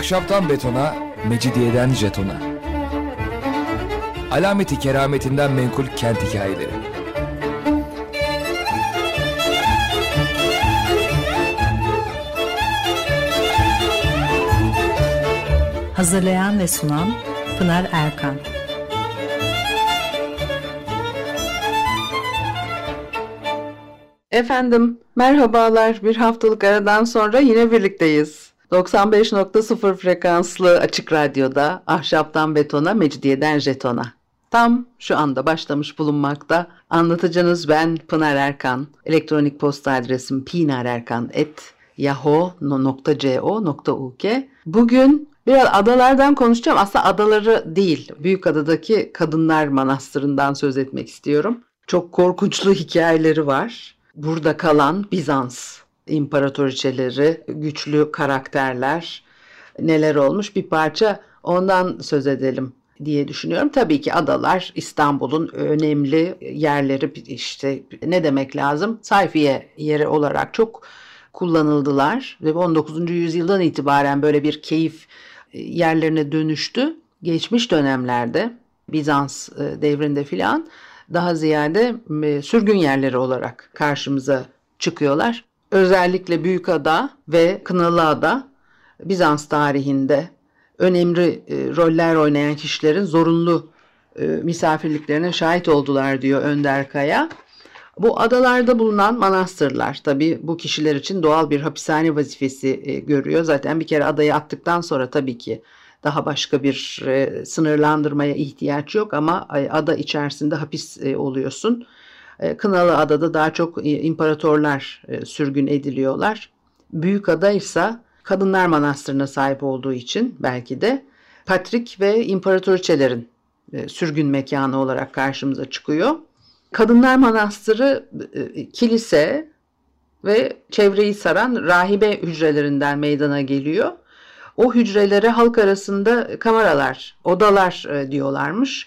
Ahşaptan betona, mecidiyeden jetona. Alameti kerametinden menkul kent hikayeleri. Hazırlayan ve sunan Pınar Erkan. Efendim, merhabalar. Bir haftalık aradan sonra yine birlikteyiz. 95.0 frekanslı Açık Radyo'da Ahşaptan Betona, Mecidiyeden Jeton'a. Tam şu anda başlamış bulunmakta. Anlatıcınız ben Pınar Erkan. Elektronik posta adresim pinarerkan@yahoo.co.uk. Bugün biraz adalardan konuşacağım. Aslında adaları değil, Büyükada'daki Kadınlar Manastırı'ndan söz etmek istiyorum. Çok korkunçlu hikayeleri var. Burada kalan Bizans imparatoriçeleri, güçlü karakterler, neler olmuş, bir parça ondan söz edelim diye düşünüyorum. Tabii ki adalar İstanbul'un önemli yerleri, işte ne demek lazım? Sayfiye yeri olarak çok kullanıldılar ve 19. yüzyıldan itibaren böyle bir keyif yerlerine dönüştü. Geçmiş dönemlerde Bizans devrinde filan daha ziyade sürgün yerleri olarak karşımıza çıkıyorlar. Özellikle Büyükada ve Kınalıada Bizans tarihinde önemli roller oynayan kişilerin zorunlu misafirliklerine şahit oldular diyor Önder Kaya. Bu adalarda bulunan manastırlar tabii bu kişiler için doğal bir hapishane vazifesi görüyor. Zaten bir kere adaya attıktan sonra tabii ki daha başka bir sınırlandırmaya ihtiyaç yok ama ada içerisinde hapis oluyorsun. Kınalıada'da daha çok imparatorlar sürgün ediliyorlar. Büyükada ise Kadınlar Manastırı'na sahip olduğu için belki de Patrik ve imparatoriçelerin sürgün mekanı olarak karşımıza çıkıyor. Kadınlar Manastırı kilise ve çevreyi saran rahibe hücrelerinden meydana geliyor. O hücrelere halk arasında kameralar, odalar diyorlarmış.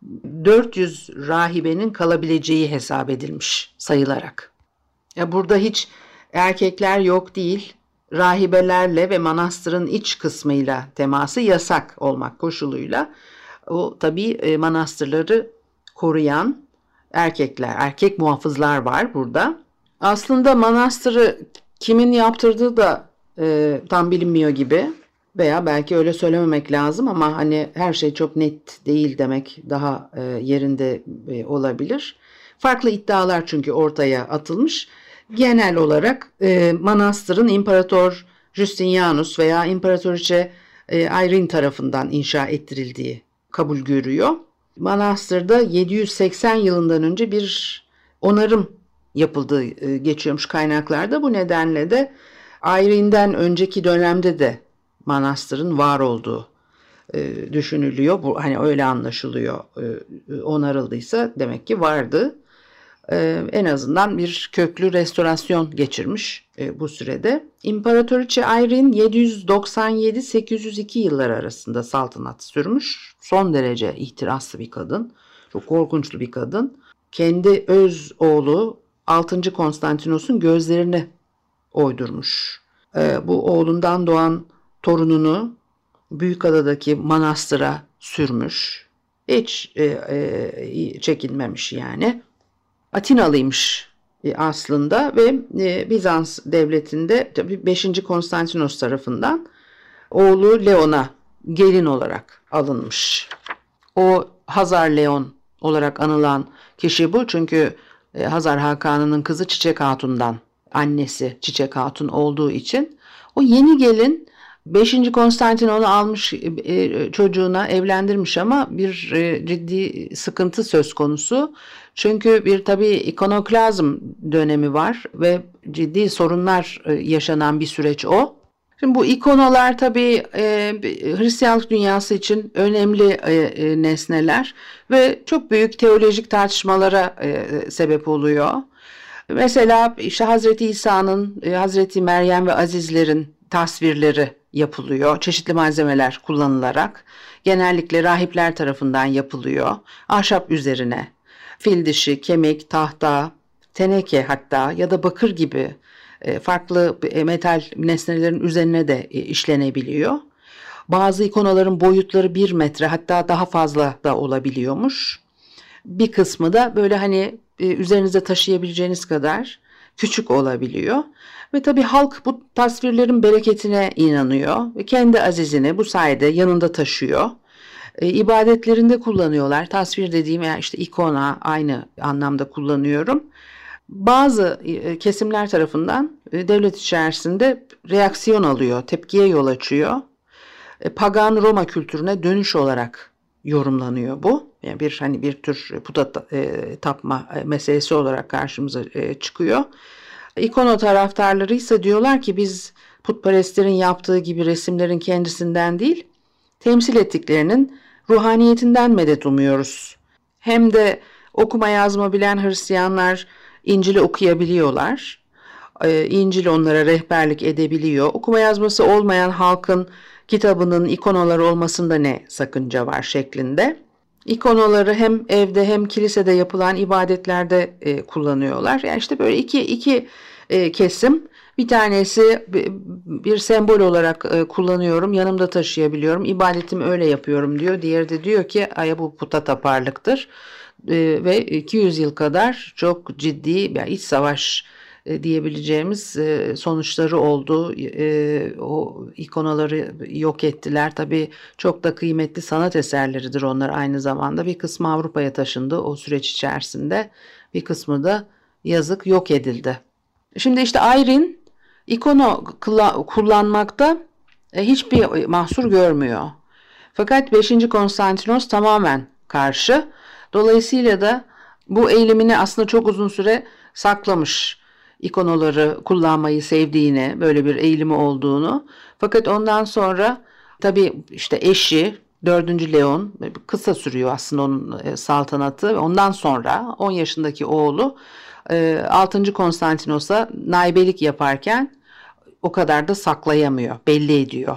400 rahibenin kalabileceği hesap edilmiş sayılarak. Ya burada hiç erkekler yok değil. Rahibelerle ve manastırın iç kısmıyla teması yasak olmak koşuluyla o tabii manastırları koruyan erkekler, erkek muhafızlar var burada. Aslında manastırı kimin yaptırdığı da tam bilinmiyor gibi veya belki öyle söylememek lazım ama hani her şey çok net değil demek daha yerinde olabilir. Farklı iddialar çünkü ortaya atılmış. Genel olarak manastırın İmparator Justinianus veya İmparatoriçe Irene tarafından inşa ettirildiği kabul görüyor. Manastırda 780 yılından önce bir onarım yapıldığı geçiyormuş kaynaklarda. Bu nedenle de Irene'den önceki dönemde de manastırın var olduğu düşünülüyor. Bu hani öyle anlaşılıyor. Onarıldıysa demek ki vardı. En azından bir köklü restorasyon geçirmiş bu sürede. İmparatoriçe Irene 797-802 yılları arasında saltanat sürmüş. Son derece ihtiraslı bir kadın. Çok korkunçlu bir kadın. Kendi öz oğlu 6. Konstantinos'un gözlerini oydurmuş. Bu oğlundan doğan torununu Büyükada'daki manastıra sürmüş. Hiç çekinmemiş yani. Atinalıymış aslında ve Bizans devletinde tabii 5. Konstantinos tarafından oğlu Leon'a gelin olarak alınmış. O Hazar Leon olarak anılan kişi bu çünkü Hazar Hakanı'nın kızı Çiçek Hatun'dan annesi Çiçek Hatun olduğu için o yeni gelin 5. Konstantinos'u almış çocuğuna evlendirmiş ama bir ciddi sıkıntı söz konusu. Çünkü bir tabii ikonoklazm dönemi var ve ciddi sorunlar yaşanan bir süreç o. Şimdi bu ikonalar tabii Hristiyanlık dünyası için önemli nesneler ve çok büyük teolojik tartışmalara sebep oluyor. Mesela işte Hazreti İsa'nın, Hazreti Meryem ve Azizlerin tasvirleri yapılıyor. Çeşitli malzemeler kullanılarak genellikle rahipler tarafından yapılıyor. Ahşap üzerine fil dişi, kemik, tahta, teneke hatta ya da bakır gibi farklı metal nesnelerin üzerine de işlenebiliyor. Bazı ikonaların boyutları 1 metre, hatta daha fazla da olabiliyormuş. Bir kısmı da böyle hani üzerinize taşıyabileceğiniz kadar küçük olabiliyor. Ve tabii halk bu tasvirlerin bereketine inanıyor ve kendi azizini bu sayede yanında taşıyor. İbadetlerinde kullanıyorlar. Tasvir dediğim yani işte ikona, aynı anlamda kullanıyorum. Bazı kesimler tarafından devlet içerisinde reaksiyon alıyor, tepkiye yol açıyor. Pagan Roma kültürüne dönüş olarak yorumlanıyor bu. Yani bir tür puta tapma meselesi olarak karşımıza çıkıyor. İkono taraftarları ise diyorlar ki biz putperestlerin yaptığı gibi resimlerin kendisinden değil, temsil ettiklerinin ruhaniyetinden medet umuyoruz. Hem de okuma yazma bilen Hristiyanlar İncil'i okuyabiliyorlar. İncil onlara rehberlik edebiliyor. Okuma yazması olmayan halkın kitabının ikonaları olmasında ne sakınca var şeklinde. İkonaları hem evde hem kilisede yapılan ibadetlerde kullanıyorlar. Yani işte böyle iki kesim. Bir tanesi bir sembol olarak kullanıyorum, yanımda taşıyabiliyorum, ibadetimi öyle yapıyorum diyor. Diğeri de diyor ki bu puta taparlıktır. Ve 200 yıl kadar çok ciddi iç savaş diyebileceğimiz sonuçları oldu. O ikonaları yok ettiler. Tabii çok da kıymetli sanat eserleridir onlar aynı zamanda. Bir kısmı Avrupa'ya taşındı o süreç içerisinde. Bir kısmı da yazık yok edildi. Şimdi işte Irene ikono kullanmakta hiçbir mahsur görmüyor. Fakat 5. Konstantinos tamamen karşı. Dolayısıyla da bu eğilimini aslında çok uzun süre saklamış. İkonoları kullanmayı sevdiğini, böyle bir eğilimi olduğunu. Fakat ondan sonra tabii işte eşi 4. Leon, kısa sürüyor aslında onun saltanatı. Ondan sonra 10 yaşındaki oğlu 6. Konstantinos'a naibelik yaparken o kadar da saklayamıyor, belli ediyor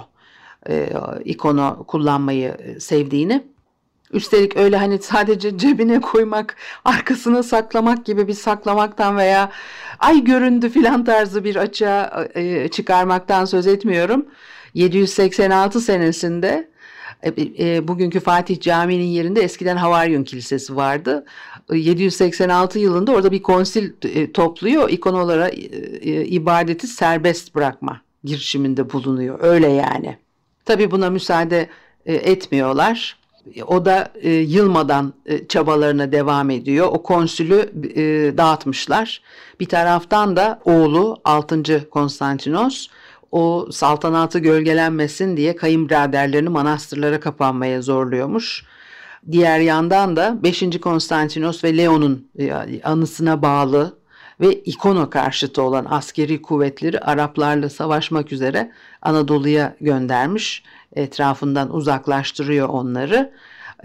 ikono kullanmayı sevdiğini. Üstelik öyle hani sadece cebine koymak, arkasına saklamak gibi bir saklamaktan veya ay göründü filan tarzı bir açığa çıkarmaktan söz etmiyorum. 786 senesinde bugünkü Fatih Camii'nin yerinde eskiden Havaryum Kilisesi vardı. 786 yılında orada bir konsil topluyor, ikonolara ibadeti serbest bırakma girişiminde bulunuyor. Öyle yani. Tabii buna müsaade etmiyorlar. O da yılmadan çabalarına devam ediyor. O konsülü dağıtmışlar. Bir taraftan da oğlu 6. Konstantinos o saltanatı gölgelenmesin diye kayınbiraderlerini manastırlara kapanmaya zorluyormuş. Diğer yandan da 5. Konstantinos ve Leon'un anısına bağlı ve ikono karşıtı olan askeri kuvvetleri Araplarla savaşmak üzere Anadolu'ya göndermiş. Etrafından uzaklaştırıyor onları.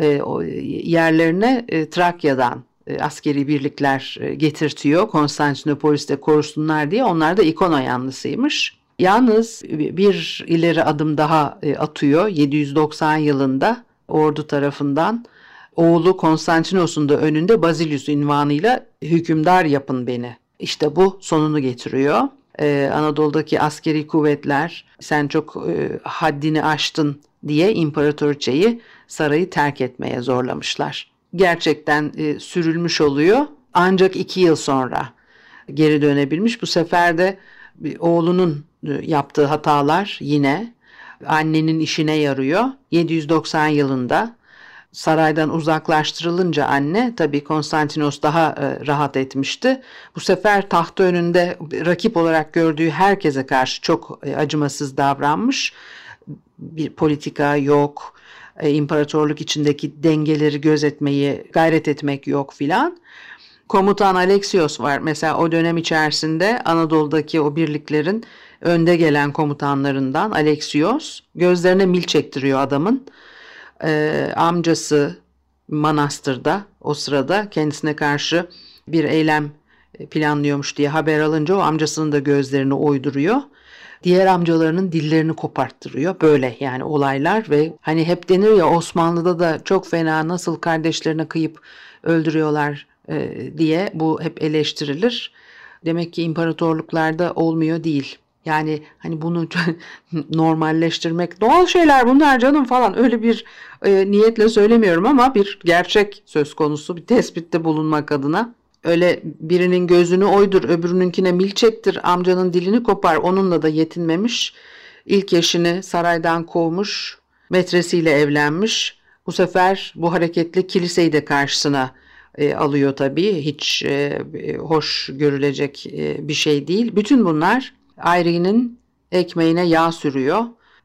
Yerlerine Trakya'dan askeri birlikler getirtiyor. Konstantinopolis'te korusunlar diye. Onlar da ikono yanlısıymış. Yalnız bir ileri adım daha atıyor. 790 yılında ordu tarafından oğlu Konstantinos'un da önünde Bazilius unvanıyla hükümdar yapın beni. İşte bu sonunu getiriyor. Anadolu'daki askeri kuvvetler sen çok haddini aştın diye imparatoriçeyi sarayı terk etmeye zorlamışlar. Gerçekten sürülmüş oluyor. Ancak 2 yıl sonra geri dönebilmiş. Bu sefer de oğlunun yaptığı hatalar yine annenin işine yarıyor. 790 yılında saraydan uzaklaştırılınca anne, tabii Konstantinos daha rahat etmişti. Bu sefer tahtı önünde rakip olarak gördüğü herkese karşı çok acımasız davranmış. Bir politika yok, imparatorluk içindeki dengeleri gözetmeyi gayret etmek yok filan. Komutan Alexios var mesela, o dönem içerisinde Anadolu'daki o birliklerin önde gelen komutanlarından Alexios. Gözlerine mil çektiriyor adamın. Amcası manastırda o sırada kendisine karşı bir eylem planlıyormuş diye haber alınca o amcasının da gözlerini oyduruyor. Diğer amcalarının dillerini koparttırıyor. Böyle yani olaylar ve hani hep denir ya, Osmanlı'da da çok fena nasıl kardeşlerine kıyıp öldürüyorlar diye bu hep eleştirilir. Demek ki imparatorluklarda olmuyor değil. Yani hani bunu normalleştirmek, doğal şeyler bunlar canım falan, öyle bir niyetle söylemiyorum ama bir gerçek söz konusu, bir tespitte bulunmak adına. Öyle birinin gözünü oydur, öbürününkine milçektir, amcanın dilini kopar, onunla da yetinmemiş. İlk eşini saraydan kovmuş, metresiyle evlenmiş. Bu sefer bu hareketli kiliseyi de karşısına alıyor tabii. Hiç hoş görülecek bir şey değil. Bütün bunlar Irene'in ekmeğine yağ sürüyor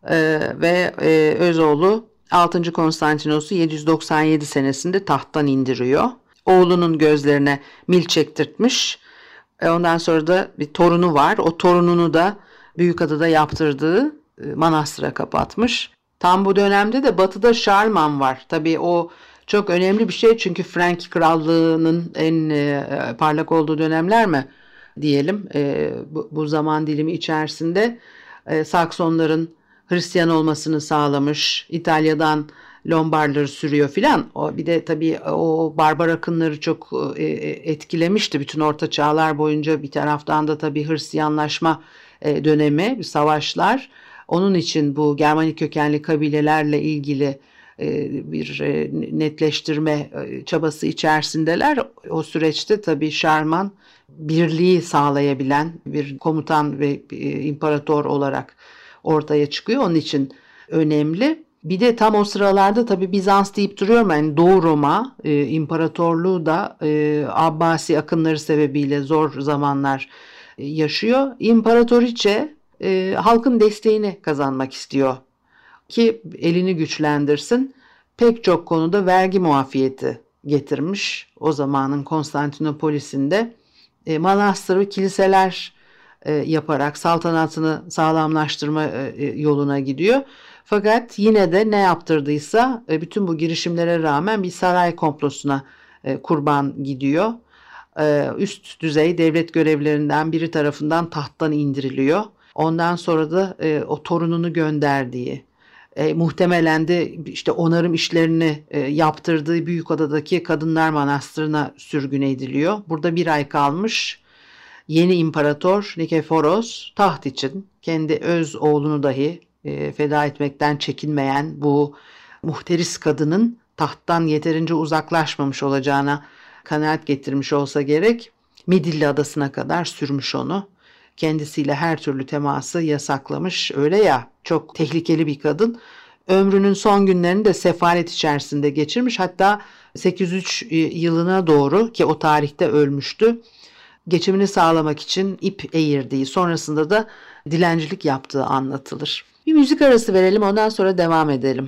ve Özoğlu 6. Konstantinos'u 797 senesinde tahttan indiriyor. Oğlunun gözlerine mil çektirtmiş. Ondan sonra da bir torunu var. O torununu da Büyükada'da yaptırdığı manastıra kapatmış. Tam bu dönemde de batıda Şarlman var. Tabii o çok önemli bir şey, çünkü Frank Krallığı'nın en parlak olduğu dönemler mi diyelim. Bu zaman dilimi içerisinde Saksonların Hristiyan olmasını sağlamış. İtalya'dan Lombardları sürüyor filan. Bir de tabii o barbar akınları çok etkilemişti bütün Orta Çağlar boyunca. Bir taraftan da tabii Hristiyanlaşma dönemi, savaşlar. Onun için bu Germanik kökenli kabilelerle ilgili bir netleştirme çabası içerisindeler. O süreçte tabii Şarman birliği sağlayabilen bir komutan ve imparator olarak ortaya çıkıyor. Onun için önemli. Bir de tam o sıralarda tabii Bizans deyip duruyorum. Yani Doğu Roma İmparatorluğu da Abbasi akınları sebebiyle zor zamanlar yaşıyor. İmparatoriçe halkın desteğini kazanmak istiyor ki elini güçlendirsin. Pek çok konuda vergi muafiyeti getirmiş. O zamanın Konstantinopolis'inde manastır ve kiliseler yaparak saltanatını sağlamlaştırma yoluna gidiyor. Fakat yine de ne yaptırdıysa bütün bu girişimlere rağmen bir saray komplosuna kurban gidiyor. Üst düzey devlet görevlilerinden biri tarafından tahttan indiriliyor. Ondan sonra da o torununu gönderdiği, muhtemelen de işte onarım işlerini yaptırdığı Büyükada'daki Kadınlar Manastırı'na sürgün ediliyor. Burada bir ay kalmış. Yeni imparator Nikeforos taht için kendi öz oğlunu dahi feda etmekten çekinmeyen bu muhteris kadının tahttan yeterince uzaklaşmamış olacağına kanaat getirmiş olsa gerek, Midilli Adası'na kadar sürmüş onu. Kendisiyle her türlü teması yasaklamış. Öyle ya, çok tehlikeli bir kadın. Ömrünün son günlerini de sefalet içerisinde geçirmiş. Hatta 803 yılına doğru, ki o tarihte ölmüştü, geçimini sağlamak için ip eğirdiği, sonrasında da dilencilik yaptığı anlatılır. Bir müzik arası verelim, ondan sonra devam edelim.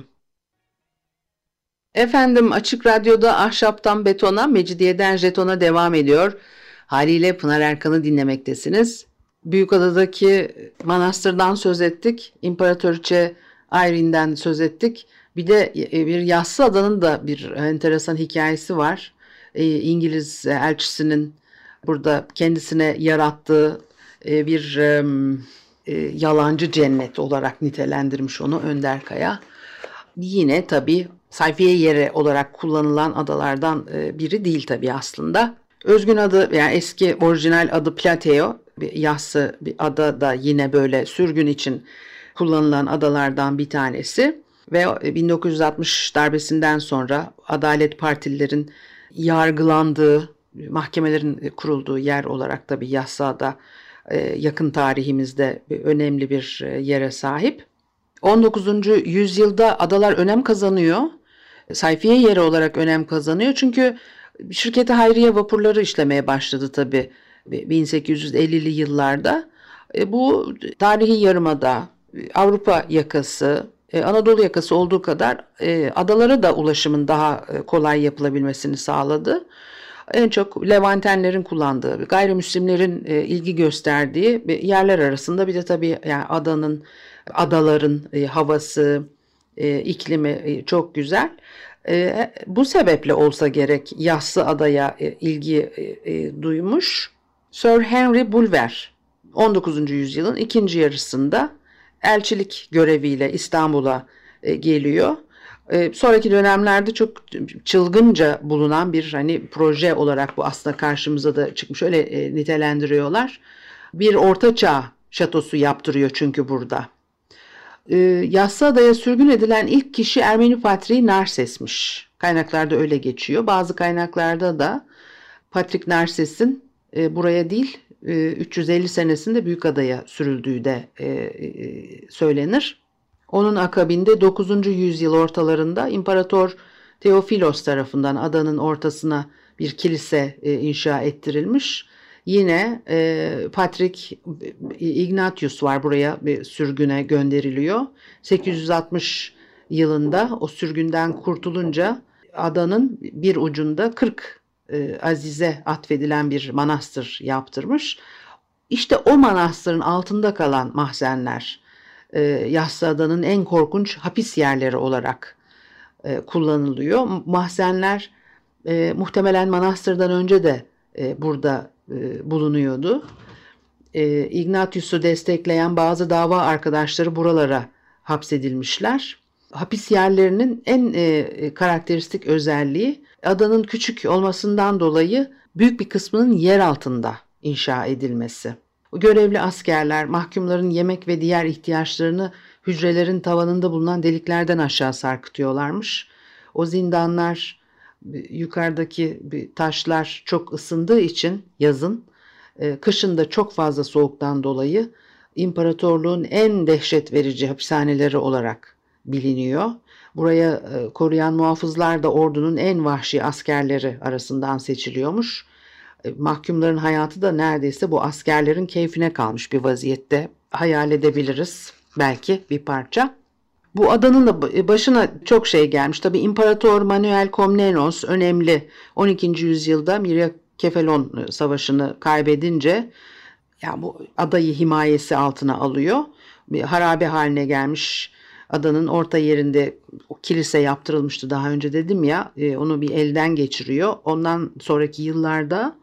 Efendim, Açık Radyo'da Ahşaptan Betona, Mecidiyeden Jeton'a devam ediyor. Haliyle Pınar Erkan'ı dinlemektesiniz. Büyükada'daki manastırdan söz ettik. İmparatoriçe Irene'den söz ettik. Bir de bir Yassıada'nın da bir enteresan hikayesi var. İngiliz elçisinin burada kendisine yarattığı bir yalancı cennet olarak nitelendirmiş onu Önder Kaya. Yine tabii sayfiye yeri olarak kullanılan adalardan biri değil tabii aslında. Özgün adı, yani eski orijinal adı Plateo. Bir yassı bir ada da yine böyle sürgün için kullanılan adalardan bir tanesi. Ve 1960 darbesinden sonra Adalet Partililerin yargılandığı, mahkemelerin kurulduğu yer olarak tabii Yassıada yakın tarihimizde önemli bir yere sahip. 19. yüzyılda adalar önem kazanıyor. Sayfiye yeri olarak önem kazanıyor. Çünkü şirketi hayriye vapurları işlemeye başladı tabii 1850'li yıllarda. Bu tarihi yarımada Avrupa yakası, Anadolu yakası olduğu kadar adalara da ulaşımın daha kolay yapılabilmesini sağladı. En çok Levantenlerin kullandığı, gayrimüslimlerin ilgi gösterdiği yerler arasında bir de tabii yani adaların havası, iklimi çok güzel. Bu sebeple olsa gerek Yassıada'ya ilgi duymuş. Sir Henry Bulwer 19. yüzyılın ikinci yarısında elçilik göreviyle İstanbul'a geliyor. Sonraki dönemlerde çok çılgınca bulunan bir proje olarak bu aslında karşımıza da çıkmış. Öyle nitelendiriyorlar. Bir ortaçağ şatosu yaptırıyor çünkü burada. Yassıada'ya sürgün edilen ilk kişi Ermeni patriği Narses'miş. Kaynaklarda öyle geçiyor. Bazı kaynaklarda da Patrik Narses'in buraya değil 350 senesinde Büyükada'ya sürüldüğü de söylenir. Onun akabinde 9. yüzyıl ortalarında İmparator Teofilos tarafından adanın ortasına bir kilise inşa ettirilmiş. Yine Patrik Ignatius var, buraya bir sürgüne gönderiliyor. 860 yılında o sürgünden kurtulunca adanın bir ucunda 40 Azize atfedilen bir manastır yaptırmış. İşte o manastırın altında kalan mahzenler Yassıada'nın en korkunç hapis yerleri olarak kullanılıyor. Mahzenler muhtemelen manastırdan önce de burada bulunuyordu. Ignatius'u destekleyen bazı dava arkadaşları buralara hapsedilmişler. Hapis yerlerinin en karakteristik özelliği adanın küçük olmasından dolayı büyük bir kısmının yer altında inşa edilmesi. Görevli askerler mahkumların yemek ve diğer ihtiyaçlarını hücrelerin tavanında bulunan deliklerden aşağı sarkıtıyorlarmış. O zindanlar, yukarıdaki taşlar çok ısındığı için yazın, kışın da çok fazla soğuktan dolayı imparatorluğun en dehşet verici hapishaneleri olarak biliniyor. Buraya koruyan muhafızlar da ordunun en vahşi askerleri arasından seçiliyormuş. Mahkumların hayatı da neredeyse bu askerlerin keyfine kalmış bir vaziyette. Hayal edebiliriz belki bir parça. Bu adanın da başına çok şey gelmiş. Tabii İmparator Manuel Komnenos önemli 12. yüzyılda Miriakefalon Savaşı'nı kaybedince ya bu adayı himayesi altına alıyor. Bir harabe haline gelmiş. Adanın orta yerinde o kilise yaptırılmıştı daha önce dedim ya, onu bir elden geçiriyor. Ondan sonraki yıllarda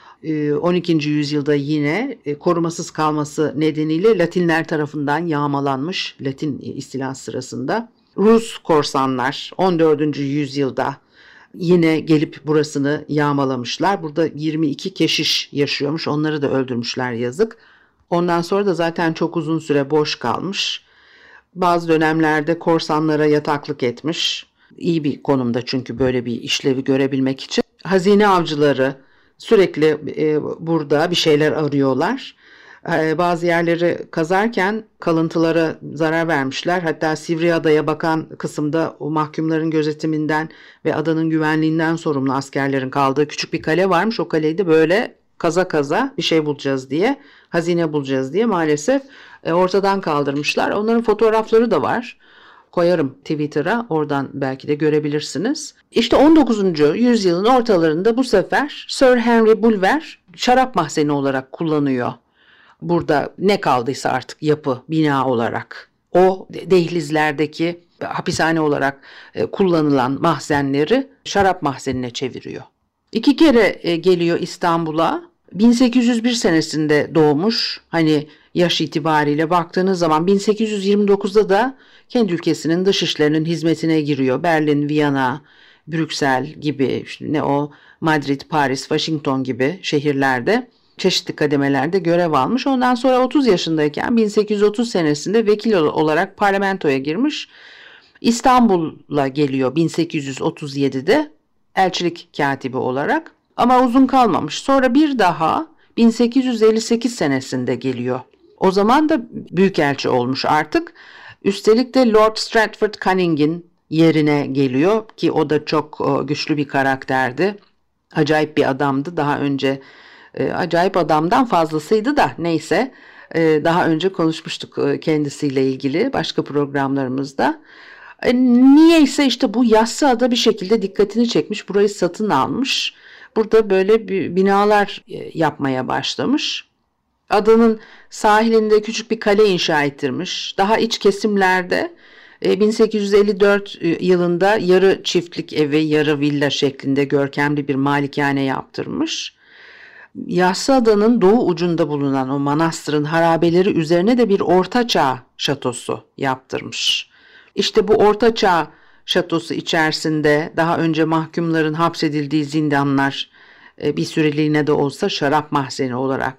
12. yüzyılda yine korumasız kalması nedeniyle Latinler tarafından yağmalanmış, Latin istilası sırasında. Rus korsanlar 14. yüzyılda yine gelip burasını yağmalamışlar. Burada 22 keşiş yaşıyormuş, onları da öldürmüşler yazık. Ondan sonra da zaten çok uzun süre boş kalmış. Bazı dönemlerde korsanlara yataklık etmiş. İyi bir konumda çünkü böyle bir işlevi görebilmek için. Hazine avcıları sürekli burada bir şeyler arıyorlar. Bazı yerleri kazarken kalıntılara zarar vermişler. Hatta Sivriada'ya bakan kısımda o mahkumların gözetiminden ve adanın güvenliğinden sorumlu askerlerin kaldığı küçük bir kale varmış. O kaleyi de böyle kaza kaza bir şey bulacağız diye, hazine bulacağız diye maalesef ortadan kaldırmışlar. Onların fotoğrafları da var. Koyarım Twitter'a, oradan belki de görebilirsiniz. İşte 19. yüzyılın ortalarında bu sefer Sir Henry Bulwer şarap mahzeni olarak kullanıyor. Burada ne kaldıysa artık yapı, bina olarak. O dehlizlerdeki hapishane olarak kullanılan mahzenleri şarap mahzenine çeviriyor. 2 kere geliyor İstanbul'a. 1801 senesinde doğmuş. Hani yaş itibariyle baktığınız zaman 1829'da da kendi ülkesinin dış işlerinin hizmetine giriyor. Berlin, Viyana, Brüksel gibi, Madrid, Paris, Washington gibi şehirlerde çeşitli kademelerde görev almış. Ondan sonra 30 yaşındayken 1830 senesinde vekil olarak parlamentoya girmiş. İstanbul'a geliyor 1837'de elçilik katibi olarak, ama uzun kalmamış. Sonra bir daha 1858 senesinde geliyor. O zaman da büyükelçi olmuş artık. Üstelik de Lord Stratford Canning'in yerine geliyor ki o da çok güçlü bir karakterdi. Acayip bir adamdı. Daha önce acayip adamdan fazlasıydı da neyse, daha önce konuşmuştuk kendisiyle ilgili başka programlarımızda. Niyeyse işte bu Yassıada bir şekilde dikkatini çekmiş. Burayı satın almış. Burada böyle binalar yapmaya başlamış. Adanın sahilinde küçük bir kale inşa ettirmiş. Daha iç kesimlerde 1854 yılında yarı çiftlik evi, yarı villa şeklinde görkemli bir malikane yaptırmış. Yassıada'nın doğu ucunda bulunan o manastırın harabeleri üzerine de bir ortaçağ şatosu yaptırmış. İşte bu ortaçağ şatosu içerisinde daha önce mahkumların hapsedildiği zindanlar bir süreliğine de olsa şarap mahzeni olarak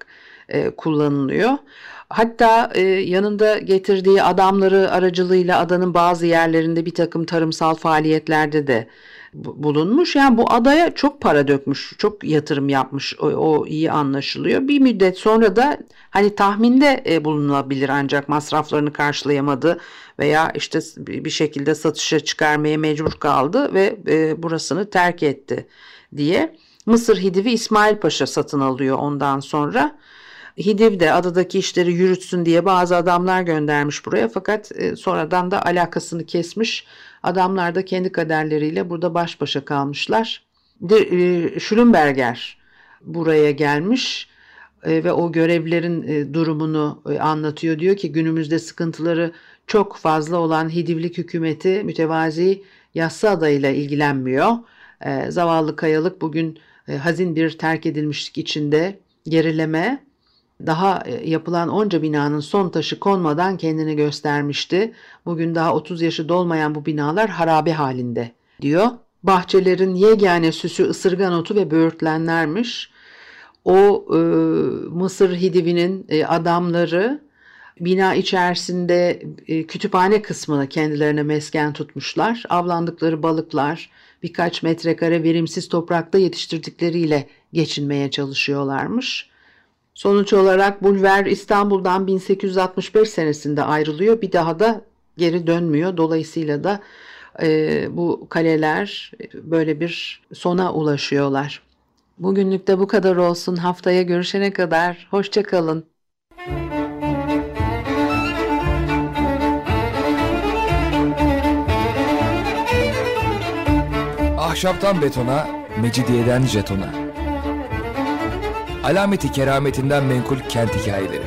kullanılıyor. Hatta yanında getirdiği adamları aracılığıyla adanın bazı yerlerinde bir takım tarımsal faaliyetlerde de bulunmuş. Yani bu adaya çok para dökmüş, çok yatırım yapmış. O iyi anlaşılıyor. Bir müddet sonra da hani tahminde bulunabilir ancak masraflarını karşılayamadı veya işte bir şekilde satışa çıkarmaya mecbur kaldı ve burasını terk etti diye Mısır Hidivi İsmail Paşa satın alıyor ondan sonra. Hidiv de adadaki işleri yürütsün diye bazı adamlar göndermiş buraya, fakat sonradan da alakasını kesmiş. Adamlar da kendi kaderleriyle burada baş başa kalmışlar. Schlumberger buraya gelmiş ve o görevlerin durumunu anlatıyor. Diyor ki günümüzde sıkıntıları çok fazla olan Hidivlik hükümeti mütevazi Yassıada ile ilgilenmiyor. Zavallı kayalık bugün hazin bir terk edilmişlik içinde gerileme, daha yapılan onca binanın son taşı konmadan kendini göstermişti. Bugün daha 30 yaşı dolmayan bu binalar harabe halinde diyor. Bahçelerin yegane süsü ısırgan otu ve böğürtlenlermiş. O Mısır Hidivi'nin adamları bina içerisinde kütüphane kısmını kendilerine mesken tutmuşlar. Avlandıkları balıklar, birkaç metrekare verimsiz toprakta yetiştirdikleriyle geçinmeye çalışıyorlarmış. Sonuç olarak Bulwer İstanbul'dan 1865 senesinde ayrılıyor. Bir daha da geri dönmüyor. Dolayısıyla da bu kaleler böyle bir sona ulaşıyorlar. Bugünlük de bu kadar olsun. Haftaya görüşene kadar hoşça kalın. Ahşaptan betona, mecidiyeden jetona. Alameti kerametinden menkul kent hikayeleri.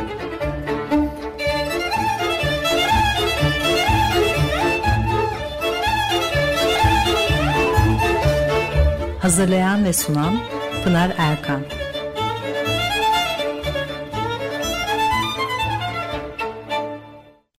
Hazırlayan ve sunan Pınar Erkan.